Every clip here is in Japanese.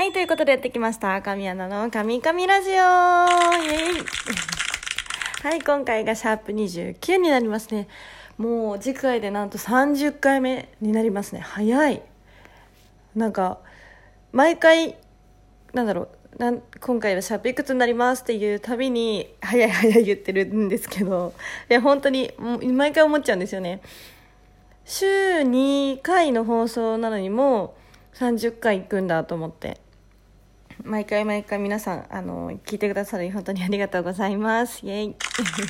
はい、ということでやってきました。神アナの神々ラジオイエイはい、今回がシャープ29になりますね。もう次回でなんと30回目になりますね。早い。なんか、毎回、今回はシャープいくつになりますっていうたびに、早い早い言ってるんですけど、いや、本当に、毎回思っちゃうんですよね。週2回の放送なのにもう30回行くんだと思って。毎回皆さん聞いてくださり本当にありがとうございます。イエイ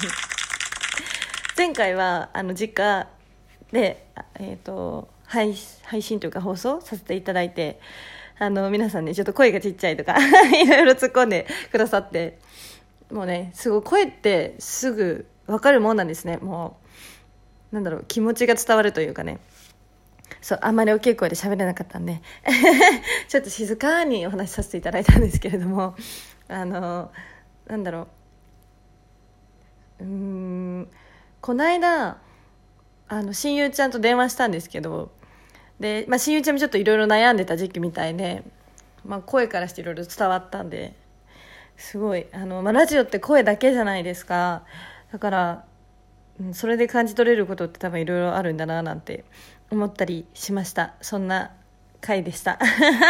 前回は実家で配信というか放送させていただいて、皆さんねちょっと声がちっちゃいとかいろいろ突っ込んでくださって、もうねすごい声ってすぐ分かるもんなんですね。もう気持ちが伝わるというかね。そう、あんまり大きい声で喋れなかったんでちょっと静かにお話しさせていただいたんですけれども、この間親友ちゃんと電話したんですけど、で、親友ちゃんもちょっといろいろ悩んでた時期みたいで、声からしていろいろ伝わったんで、すごいラジオって声だけじゃないですか。だからそれで感じ取れることって多分いろいろあるんだななんて思ったりしました。そんな回でした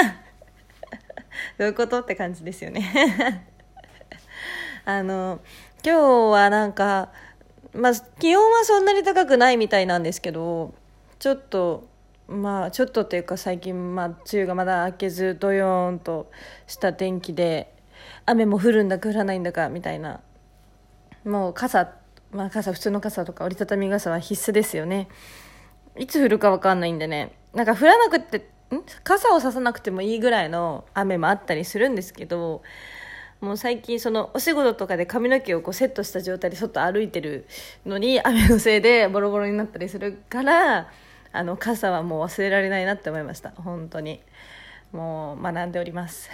どういうことって感じですよね今日は気温はそんなに高くないみたいなんですけど、ちょっとっていうか最近梅雨がまだ明けずドヨーンとした天気で、雨も降るんだか降らないんだかみたいな、もう傘普通の傘とか折りたたみ傘は必須ですよね。いつ降るか分かんないんでね、降らなくて傘をささなくてもいいぐらいの雨もあったりするんですけど、もう最近お仕事とかで髪の毛をセットした状態で外歩いてるのに雨のせいでボロボロになったりするから、傘はもう忘れられないなって思いました。本当にもう学んでおります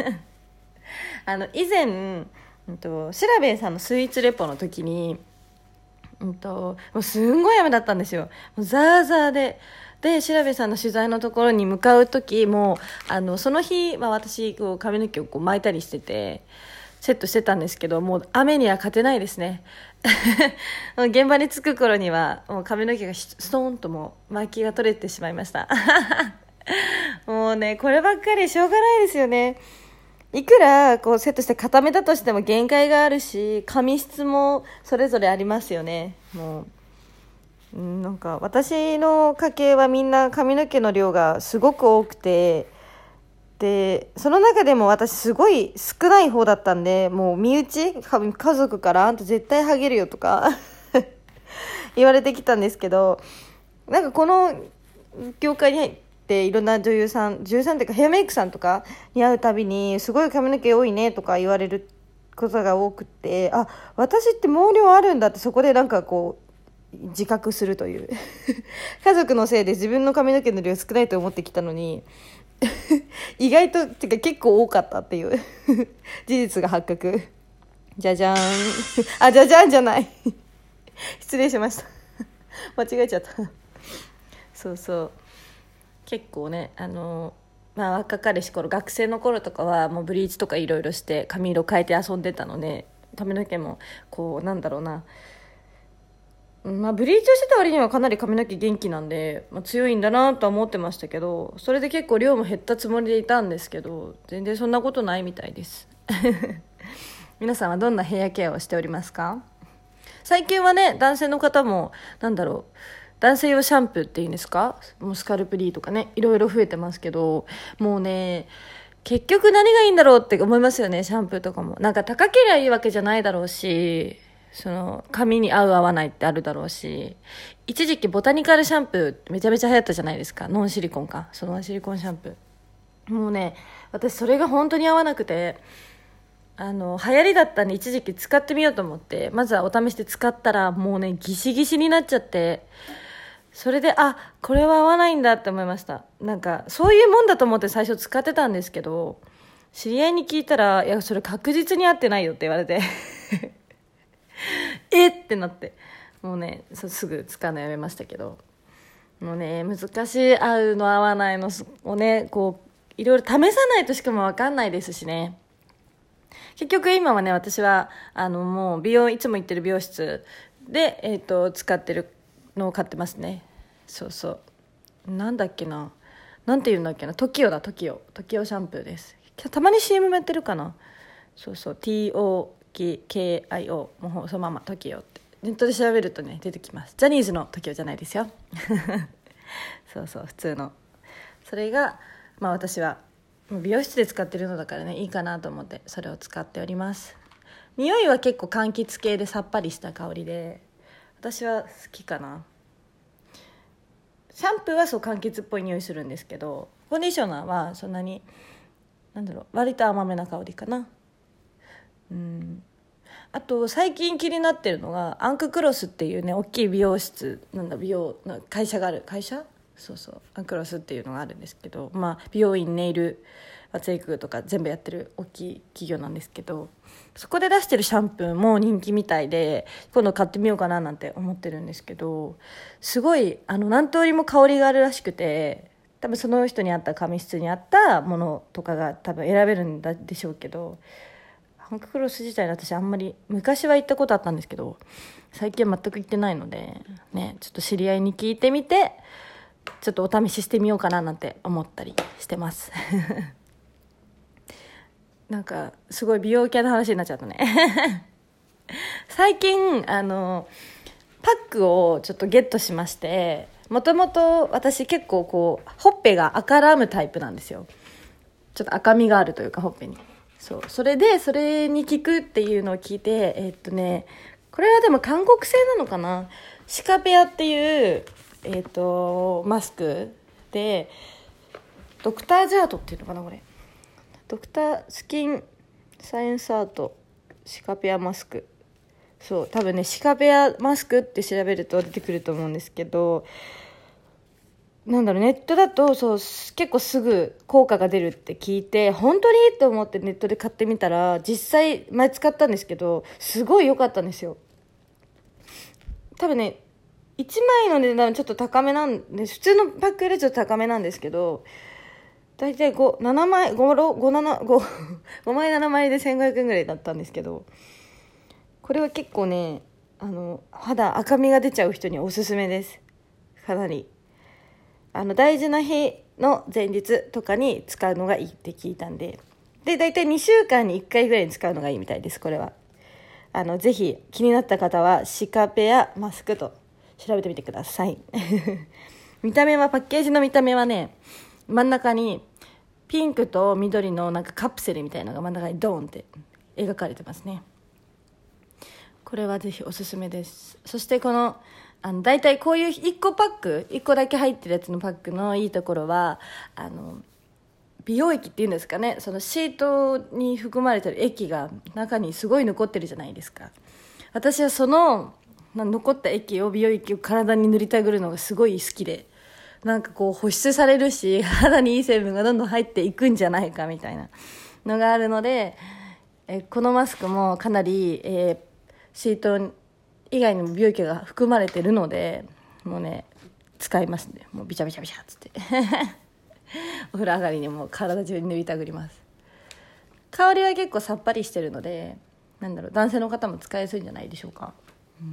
以前調べさんのスイーツレポの時にもうすんごい雨だったんですよ。もうザーザーで調べさんの取材のところに向かう時もその日、私髪の毛を巻いたりしててセットしてたんですけど、もう雨には勝てないですね現場に着く頃にはもう髪の毛がストーンともう巻きが取れてしまいましたもうねこればっかりしょうがないですよね。いくらセットして固めたとしても限界があるし、髪質もそれぞれありますよね。もう私の家系はみんな髪の毛の量がすごく多くて、でその中でも私すごい少ない方だったんで、もう身内家族からあんた絶対ハゲるよとか言われてきたんですけど、この業界に入っていろんな女優さんっていうかヘアメイクさんとかに会うたびにすごい髪の毛多いねとか言われることが多くて、私って毛量あるんだって、そこで自覚するという家族のせいで自分の髪の毛の量少ないと思ってきたのに意外と結構多かったっていう事実が発覚。じゃじゃーんじゃじゃんじゃない失礼しました間違えちゃったそう結構ね若かりし頃、学生の頃とかはもうブリーチとかいろいろして髪色変えて遊んでたので、髪の毛もブリーチをしてた割にはかなり髪の毛元気なんで、強いんだなとは思ってましたけど、それで結構量も減ったつもりでいたんですけど、全然そんなことないみたいです皆さんはどんなヘアケアをしておりますか？最近はね、男性の方も男性用シャンプーっていうんですか、もうスカルプリーとかね、いろいろ増えてますけど、もうね結局何がいいんだろうって思いますよね。シャンプーとかも高ければいいわけじゃないだろうし、髪に合う合わないってあるだろうし、一時期ボタニカルシャンプーめちゃめちゃ流行ったじゃないですか。ノンシリコンシャンプー、もうね私それが本当に合わなくて、流行りだったんで一時期使ってみようと思って、まずはお試しで使ったらもうねギシギシになっちゃって、それでこれは合わないんだって思いました。そういうもんだと思って最初使ってたんですけど、知り合いに聞いたら、いやそれ確実に合ってないよって言われてえってなって、もうねすぐ使うのやめましたけど、もうね難しい、合うの合わないのをねいろいろ試さないとしかも分かんないですしね。結局今はね、私はもういつも行ってる美容室で、使ってるのを買ってますね。そうそう、なんて言うんだっけな、TOKIOだ、TOKIOシャンプーです。たまに CM もやってるかな。そうそう、 TOKIO、 もうそのまま TOKIO ってネットで調べるとね出てきます。ジャニーズの TOKIO じゃないですよそうそう、普通の。それが私は美容室で使ってるのだからね、いいかなと思ってそれを使っております。匂いは結構柑橘系でさっぱりした香りで私は好きかな。シャンプーはそう柑橘っぽい匂いするんですけど、コンディショナーはそんなに割と甘めな香りかな。あと最近気になってるのがアンククロスっていうね、大きい美容室美容の会社がある。そうそう、アンクロスっていうのがあるんですけど、美容院、ネイル、メイクとか全部やってる大きい企業なんですけど、そこで出してるシャンプーも人気みたいで今度買ってみようかななんて思ってるんですけど、すごい何通りも香りがあるらしくて、多分その人に合った髪質に合ったものとかが多分選べるんでしょうけど、アンククロス自体私あんまり、昔は行ったことあったんですけど最近は全く行ってないのでね、ちょっと知り合いに聞いてみてちょっとお試ししてみようかななんて思ったりしてますなんかすごい美容系の話になっちゃったね最近パックをちょっとゲットしまして、もともと私結構ほっぺが赤らむタイプなんですよ。ちょっと赤みがあるというかほっぺに。それに効くっていうのを聞いて、これはでも韓国製なのかな、シカペアっていうマスクで、ドクタージャートっていうのかな、これドクタースキンサイエンスアートシカペアマスク。そう、多分ねシカペアマスクって調べると出てくると思うんですけど、ネットだと結構すぐ効果が出るって聞いて、本当にと思ってネットで買ってみたら、実際前使ったんですけどすごい良かったんですよ。多分ね1枚の値段ちょっと高めなんで、普通のパックよりちょっと高めなんですけど、だいたい5枚7枚で1500円ぐらいだったんですけど、これは結構ね肌赤みが出ちゃう人におすすめです。かなり大事な日の前日とかに使うのがいいって聞いたんで、だいたい2週間に1回ぐらいに使うのがいいみたいです。これはぜひ気になった方はシカペアマスクと調べてみてくださいパッケージの見た目はね、真ん中にピンクと緑のカプセルみたいなのが真ん中にドーンって描かれてますね。これはぜひおすすめです。そしてこのだいたいこういう1個だけ入ってるやつのパックのいいところは美容液っていうんですかね、そのシートに含まれてる液が中にすごい残ってるじゃないですか。私はその残った美容液を体に塗りたぐるのがすごい好きで、保湿されるし肌にいい成分がどんどん入っていくんじゃないかみたいなのがあるので、このマスクもかなり、シート以外にも美容液が含まれてるので、もうね使いますね。もうビチャビチャビチャっつってお風呂上がりにもう体中に塗りたぐります。香りは結構さっぱりしてるので男性の方も使いやすいんじゃないでしょうか。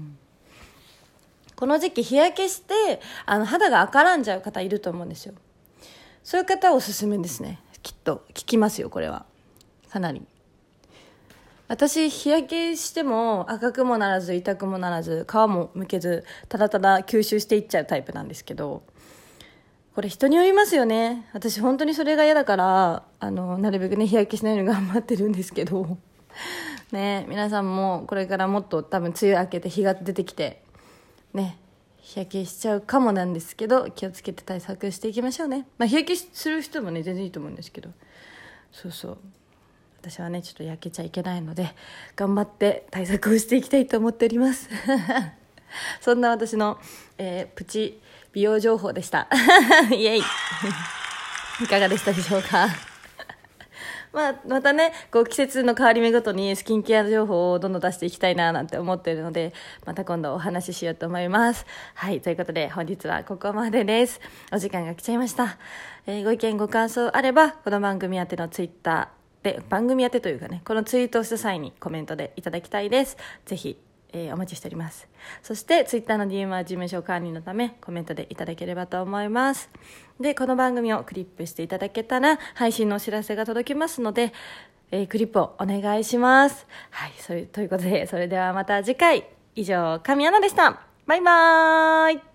この時期日焼けして肌が赤らんじゃう方いると思うんですよ。そういう方はおすすめですね。きっと効きますよ。これはかなり。私日焼けしても赤くもならず痛くもならず皮もむけず、ただただ吸収していっちゃうタイプなんですけど、これ人によりますよね。私本当にそれが嫌だからなるべくね日焼けしないように頑張ってるんですけどね、皆さんもこれからもっと多分梅雨明けて日が出てきてね日焼けしちゃうかもなんですけど、気をつけて対策していきましょうね。日焼けする人もね全然いいと思うんですけど、そう私はねちょっと焼けちゃいけないので頑張って対策をしていきたいと思っておりますそんな私の、プチ美容情報でしたイエイいかがでしたでしょうかまたね、こう季節の変わり目ごとにスキンケア情報をどんどん出していきたいななんて思っているので、また今度お話ししようと思います。はい、ということで本日はここまでです。お時間が来ちゃいました。ご意見ご感想あれば、この番組宛てのツイッターで、番組宛てというかね、このツイートをした際にコメントでいただきたいです。ぜひお待ちしております。そしてツイッターの DM は事務所管理のためコメントでいただければと思います。で、この番組をクリップしていただけたら配信のお知らせが届きますので、クリップをお願いします。はい、ということで、それではまた次回。以上、神アナでした。バイバーイ。